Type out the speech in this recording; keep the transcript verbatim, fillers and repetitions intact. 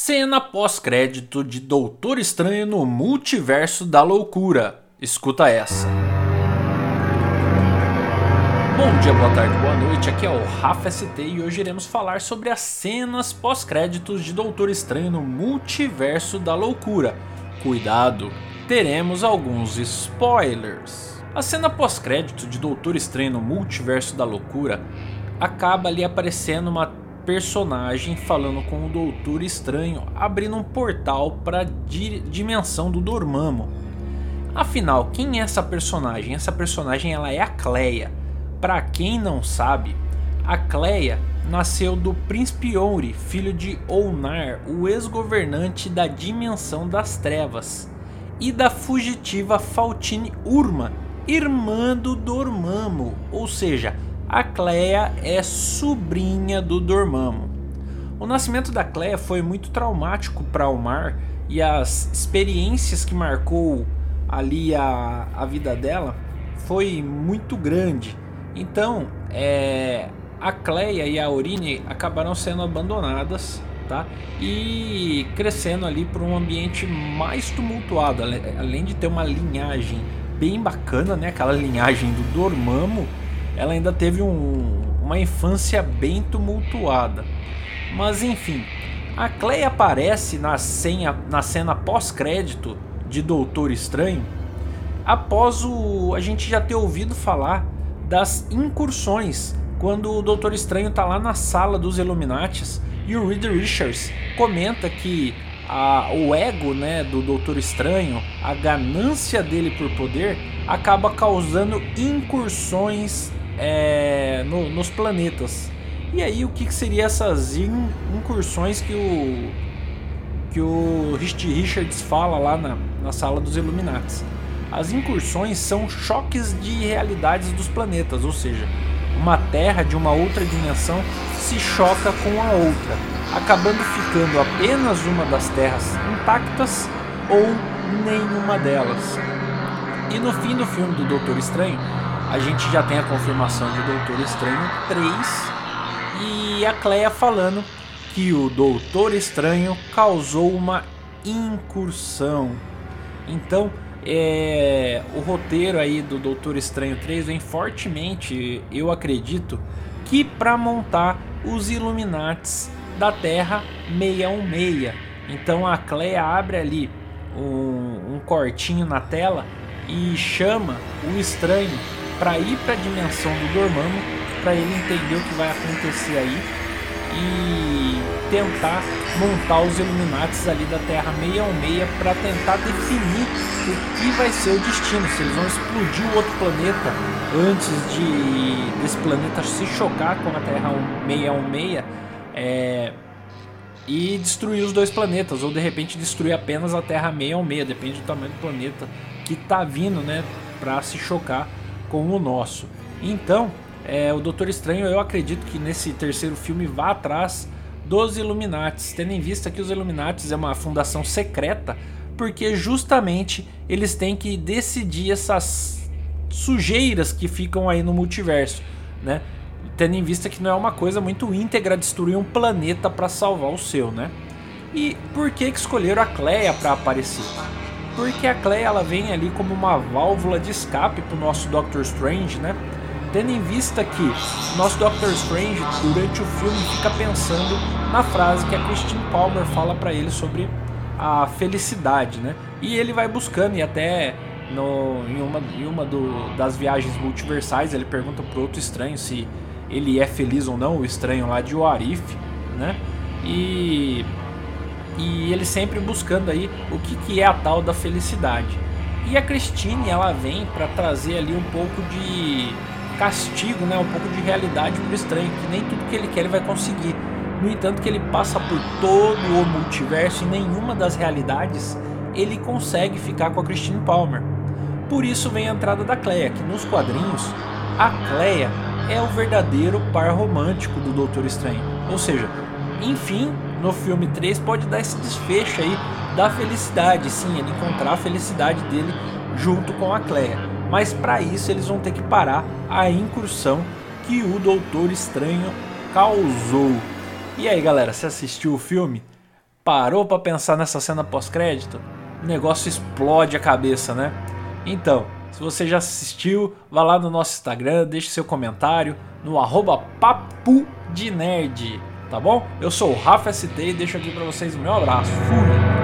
Cena pós-crédito de Doutor Estranho no Multiverso da Loucura. Escuta essa. Bom dia, boa tarde, boa noite, aqui é o Rafa S T e hoje iremos falar sobre as cenas pós-créditos de Doutor Estranho no Multiverso da Loucura. Cuidado, teremos alguns spoilers. A cena pós-crédito de Doutor Estranho no Multiverso da Loucura acaba ali aparecendo uma personagem falando com o Doutor Estranho, abrindo um portal para a di dimensão do Dormammu. Afinal, quem é essa personagem? Essa personagem ela é a Cleia. Para quem não sabe, a Cleia nasceu do Príncipe Ouri, filho de Onar, o ex-governante da Dimensão das Trevas, e da fugitiva Faltine Urma, irmã do Dormammu, ou seja, a Cleia é sobrinha do Dormammu. O nascimento da Cleia foi muito traumático para Omar e as experiências que marcou ali a, a vida dela foi muito grande. Então, é, a Cleia e a Orine acabaram sendo abandonadas, tá? E crescendo ali por um ambiente mais tumultuado, além de ter uma linhagem bem bacana, né? Aquela linhagem do Dormammu. Ela ainda teve um, uma infância bem tumultuada. Mas enfim, a Cleia aparece na, senha, na cena pós-crédito de Doutor Estranho após o, a gente já ter ouvido falar das incursões, quando o Doutor Estranho está lá na sala dos Illuminates e o Reed Richards comenta que a, o ego, né, do Doutor Estranho, a ganância dele por poder, acaba causando incursões É, no, nos planetas. E aí o que, que seria essas in, incursões que o que o Reed Richards fala lá na, na sala dos Illuminates? As incursões são choques de realidades dos planetas, ou seja, uma terra de uma outra dimensão se choca com a outra, acabando ficando apenas uma das terras intactas ou nenhuma delas. E no fim do filme do Doutor Estranho, a gente já tem a confirmação de Doutor Estranho três e a Cleia falando que o Doutor Estranho causou uma incursão. Então, é, o roteiro aí do Doutor Estranho três vem fortemente, eu acredito, que para montar os Illuminates da Terra seiscentos e dezesseis. Então a Cleia abre ali um, um cortinho na tela e chama o Estranho para ir para a dimensão do Dormammu, para ele entender o que vai acontecer aí e tentar montar os Illuminates ali da Terra seiscentos e dezesseis para tentar definir o que vai ser o destino, se eles vão explodir o outro planeta antes de desse planeta se chocar com a Terra seiscentos e dezesseis é, e destruir os dois planetas, ou de repente destruir apenas a Terra seiscentos e dezesseis, depende do tamanho do planeta que tá vindo, né, para se chocar com o nosso. Então, é, o Doutor Estranho, eu acredito que nesse terceiro filme vá atrás dos Illuminates, tendo em vista que os Illuminates é uma fundação secreta, porque justamente eles têm que decidir essas sujeiras que ficam aí no multiverso, né? Tendo em vista que não é uma coisa muito íntegra destruir um planeta para salvar o seu, né? E por que que escolheram a Cleia para aparecer? Porque a Cleia ela vem ali como uma válvula de escape para o nosso Doctor Strange, né? Tendo em vista que o nosso Doctor Strange, durante o filme, fica pensando na frase que a Christine Palmer fala para ele sobre a felicidade, né? E ele vai buscando, e até no, em uma, em uma do, das viagens multiversais ele pergunta pro outro estranho se ele é feliz ou não, o estranho lá de What If, né? E... E ele sempre buscando aí o que, que é a tal da felicidade. E a Christine ela vem para trazer ali um pouco de castigo, né? Um pouco de realidade pro estranho, que nem tudo que ele quer ele vai conseguir. No entanto que ele passa por todo o multiverso e nenhuma das realidades ele consegue ficar com a Christine Palmer. Por isso vem a entrada da Cleia, que nos quadrinhos a Cleia é o verdadeiro par romântico do Doutor Estranho. Ou seja, enfim, no filme três pode dar esse desfecho aí da felicidade, sim, ele encontrar a felicidade dele junto com a Cleia. Mas para isso eles vão ter que parar a incursão que o Doutor Estranho causou. E aí galera, você assistiu o filme? Parou pra pensar nessa cena pós-crédito? O negócio explode a cabeça, né? Então, se você já assistiu, vá lá no nosso Instagram, deixe seu comentário no arroba papo de nerd, tá bom? Eu sou o Rafa S T e deixo aqui pra vocês o meu abraço. Fui!